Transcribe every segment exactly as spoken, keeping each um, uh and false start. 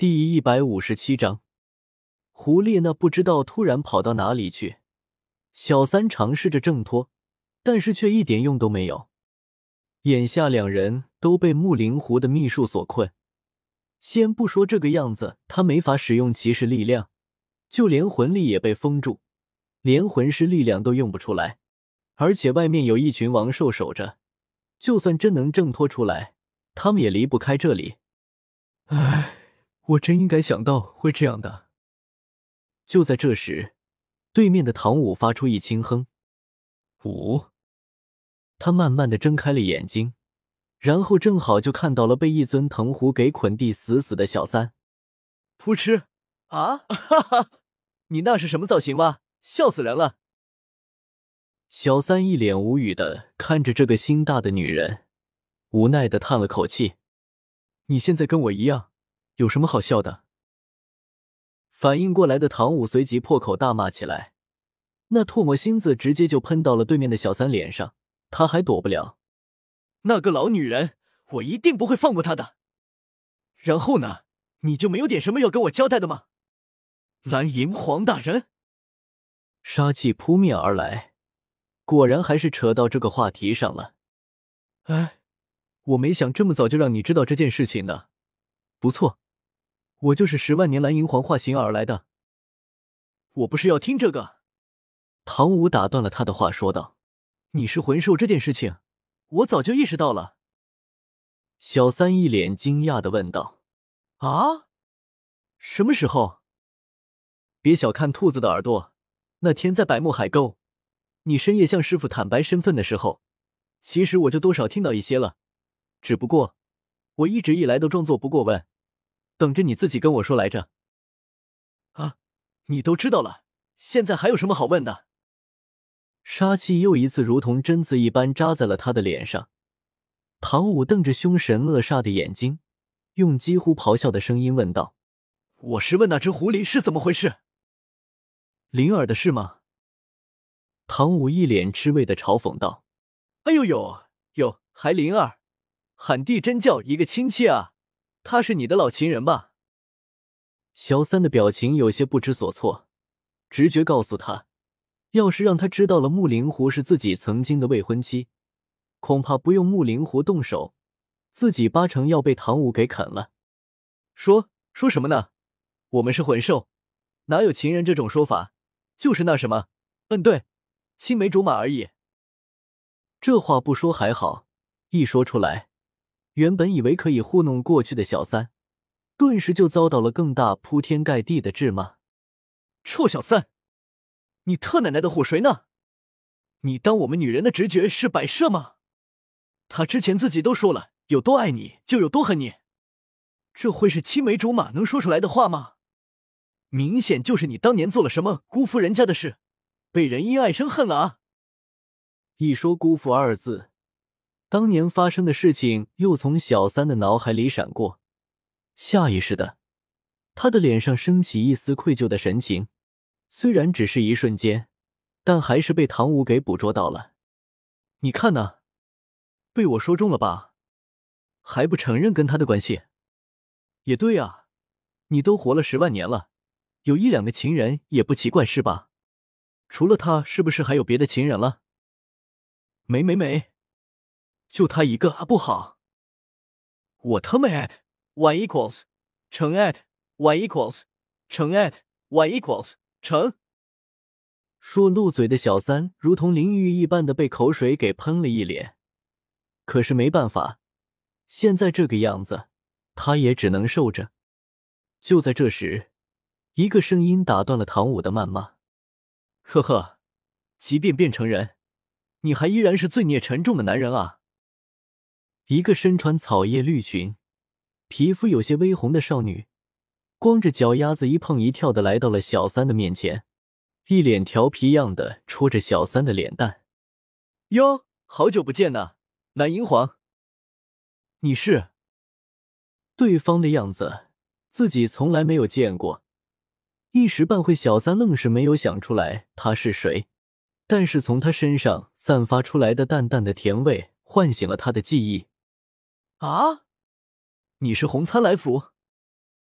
第一百五十七章，胡列娜不知道突然跑到哪里去。小三尝试着挣脱，但是却一点用都没有。眼下两人都被木灵狐的秘术所困。先不说这个样子，他没法使用骑士力量，就连魂力也被封住，连魂师力量都用不出来。而且外面有一群王兽守着，就算真能挣脱出来，他们也离不开这里。唉。我真应该想到会这样的。就在这时，对面的唐舞发出一轻哼。五，他慢慢的睁开了眼睛，然后正好就看到了被一尊藤壶给捆地死死的小三。噗嗤！啊，哈哈，你那是什么造型吗？笑死人了！小三一脸无语的看着这个心大的女人，无奈的叹了口气。你现在跟我一样。有什么好笑的？反应过来的唐舞随即破口大骂起来，那唾沫星子直接就喷到了对面的小三脸上，他还躲不了。那个老女人，我一定不会放过她的。然后呢，你就没有点什么要跟我交代的吗？蓝银皇大人，杀气扑面而来，果然还是扯到这个话题上了。哎，我没想这么早就让你知道这件事情的。不错。我就是十万年蓝银皇化形而来的。我不是要听这个。唐舞打断了他的话说道，你是魂兽这件事情我早就意识到了。小三一脸惊讶地问道，啊？什么时候？别小看兔子的耳朵，那天在百慕海沟，你深夜向师傅坦白身份的时候，其实我就多少听到一些了，只不过我一直以来都装作不过问，等着你自己跟我说来着。啊，你都知道了，现在还有什么好问的？杀气又一次如同针刺一般扎在了他的脸上。唐舞瞪着凶神恶煞的眼睛，用几乎咆哮的声音问道，我是问那只狐狸是怎么回事？灵儿的事吗？唐舞一脸吃味的嘲讽道，哎呦呦呦，还灵儿，喊地真叫一个亲切啊，他是你的老情人吧？小三的表情有些不知所措，直觉告诉他，要是让他知道了木灵狐是自己曾经的未婚妻，恐怕不用木灵狐动手，自己八成要被唐舞给啃了。说说什么呢？我们是魂兽，哪有情人这种说法？就是那什么，嗯对，青梅竹马而已。这话不说还好，一说出来，原本以为可以糊弄过去的小三，顿时就遭到了更大铺天盖地的质骂。臭小三，你特奶奶的唬谁呢？你当我们女人的直觉是摆设吗？他之前自己都说了，有多爱你就有多恨你，这会是青梅竹马能说出来的话吗？明显就是你当年做了什么辜负人家的事，被人因爱生恨了啊！一说辜负二字，当年发生的事情又从小三的脑海里闪过，下意识的，他的脸上升起一丝愧疚的神情，虽然只是一瞬间，但还是被唐舞给捕捉到了。你看呢？被我说中了吧？还不承认跟他的关系？也对啊，你都活了十万年了，有一两个情人也不奇怪是吧？除了他，是不是还有别的情人了？没没没，就他一个啊，不好。我他妈 at y equals 乘 at y equals 乘 at y equals 乘。说漏嘴的小三如同淋浴一般的被口水给喷了一脸，可是没办法，现在这个样子，他也只能受着。就在这时，一个声音打断了唐舞的谩骂。呵呵，即便变成人，你还依然是罪孽沉重的男人啊！一个身穿草叶绿裙，皮肤有些微红的少女，光着脚丫子一蹦一跳的来到了小三的面前，一脸调皮样的戳着小三的脸蛋。哟，好久不见呐，蓝银皇。你是？对方的样子，自己从来没有见过，一时半会小三愣是没有想出来他是谁，但是从他身上散发出来的淡淡的甜味唤醒了他的记忆。啊，你是红参来福？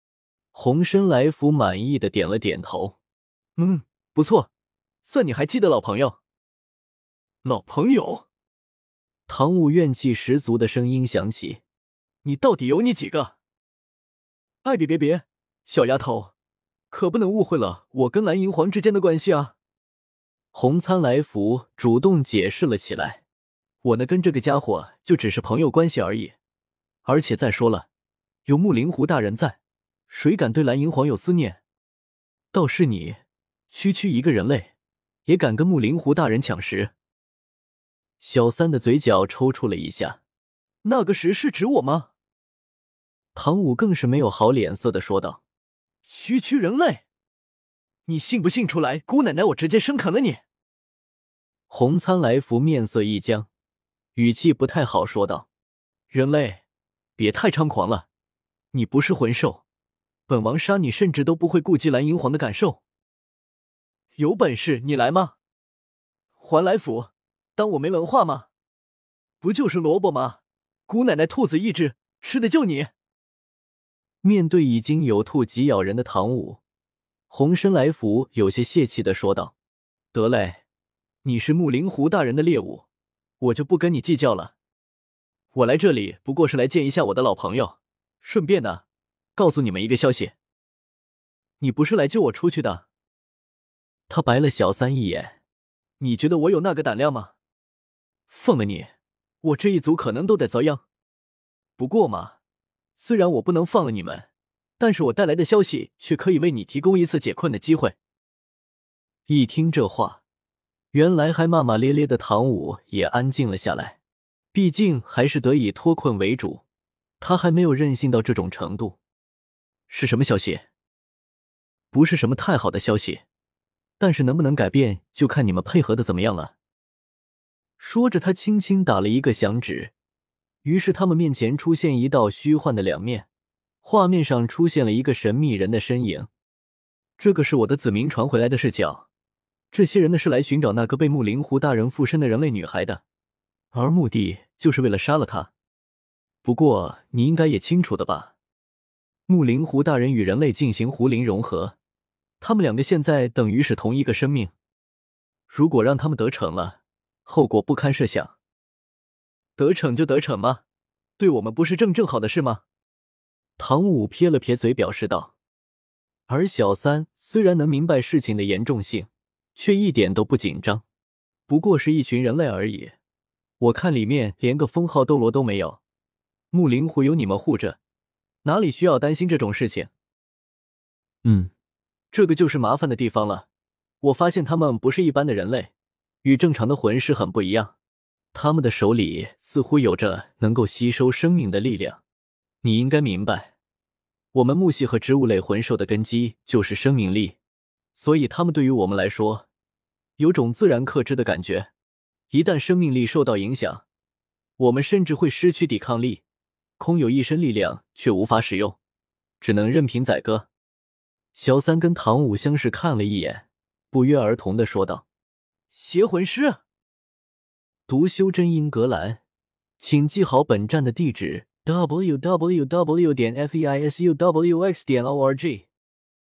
洪深来福满意的点了点头。嗯，不错，算你还记得老朋友。老朋友？唐舞怨气十足的声音响起。你到底有你几个？哎，别别别，小丫头，可不能误会了我跟蓝银皇之间的关系啊。洪参来福主动解释了起来。我呢跟这个家伙就只是朋友关系而已。而且再说了，有木灵狐大人在，谁敢对蓝银皇有思念？倒是你，区区一个人类，也敢跟木灵狐大人抢食？小三的嘴角抽搐了一下。那个时是指我吗？唐舞更是没有好脸色的说道。区区人类？你信不信出来，姑奶奶我直接生啃了你？洪参来福面色一僵，语气不太好说道。人类，别太猖狂了，你不是魂兽，本王杀你甚至都不会顾及蓝银皇的感受。有本事你来吗？还来福，当我没文化吗？不就是萝卜吗？姑奶奶兔子一只，吃的就你。面对已经有兔急咬人的唐舞，洪深来福有些泄气的说道。得嘞，你是木灵狐大人的猎物，我就不跟你计较了。我来这里不过是来见一下我的老朋友，顺便呢，告诉你们一个消息。你不是来救我出去的？他白了小三一眼。你觉得我有那个胆量吗？放了你，我这一族可能都得遭殃。不过嘛，虽然我不能放了你们，但是我带来的消息却可以为你提供一次解困的机会。一听这话，原来还骂骂咧咧的唐舞也安静了下来。毕竟还是得以脱困为主，他还没有任性到这种程度。是什么消息？不是什么太好的消息，但是能不能改变就看你们配合的怎么样了。说着，他轻轻打了一个响指，于是他们面前出现一道虚幻的两面，画面上出现了一个神秘人的身影。这个是我的子民传回来的视角，这些人呢是来寻找那个被木灵狐大人附身的人类女孩的，而目的就是为了杀了她。不过你应该也清楚的吧，木灵狐大人与人类进行狐灵融合，他们两个现在等于是同一个生命，如果让他们得逞了，后果不堪设想。得逞就得逞吗？对我们不是正正好的事吗？唐舞撇了撇嘴表示道。而小三虽然能明白事情的严重性，却一点都不紧张。不过是一群人类而已，我看里面连个封号斗罗都没有，木灵狐有你们护着，哪里需要担心这种事情？嗯，这个就是麻烦的地方了。我发现他们不是一般的人类，与正常的魂师很不一样，他们的手里似乎有着能够吸收生命的力量。你应该明白，我们木系和植物类魂兽的根基就是生命力，所以他们对于我们来说有种自然克制的感觉。一旦生命力受到影响，我们甚至会失去抵抗力，空有一身力量却无法使用，只能任凭宰割。小三跟唐舞相视看了一眼，不约而同地说道：邪魂师。读修真英格兰，请记好本站的地址 ：double u double u double u 点 f e i s u w x 点 o r g。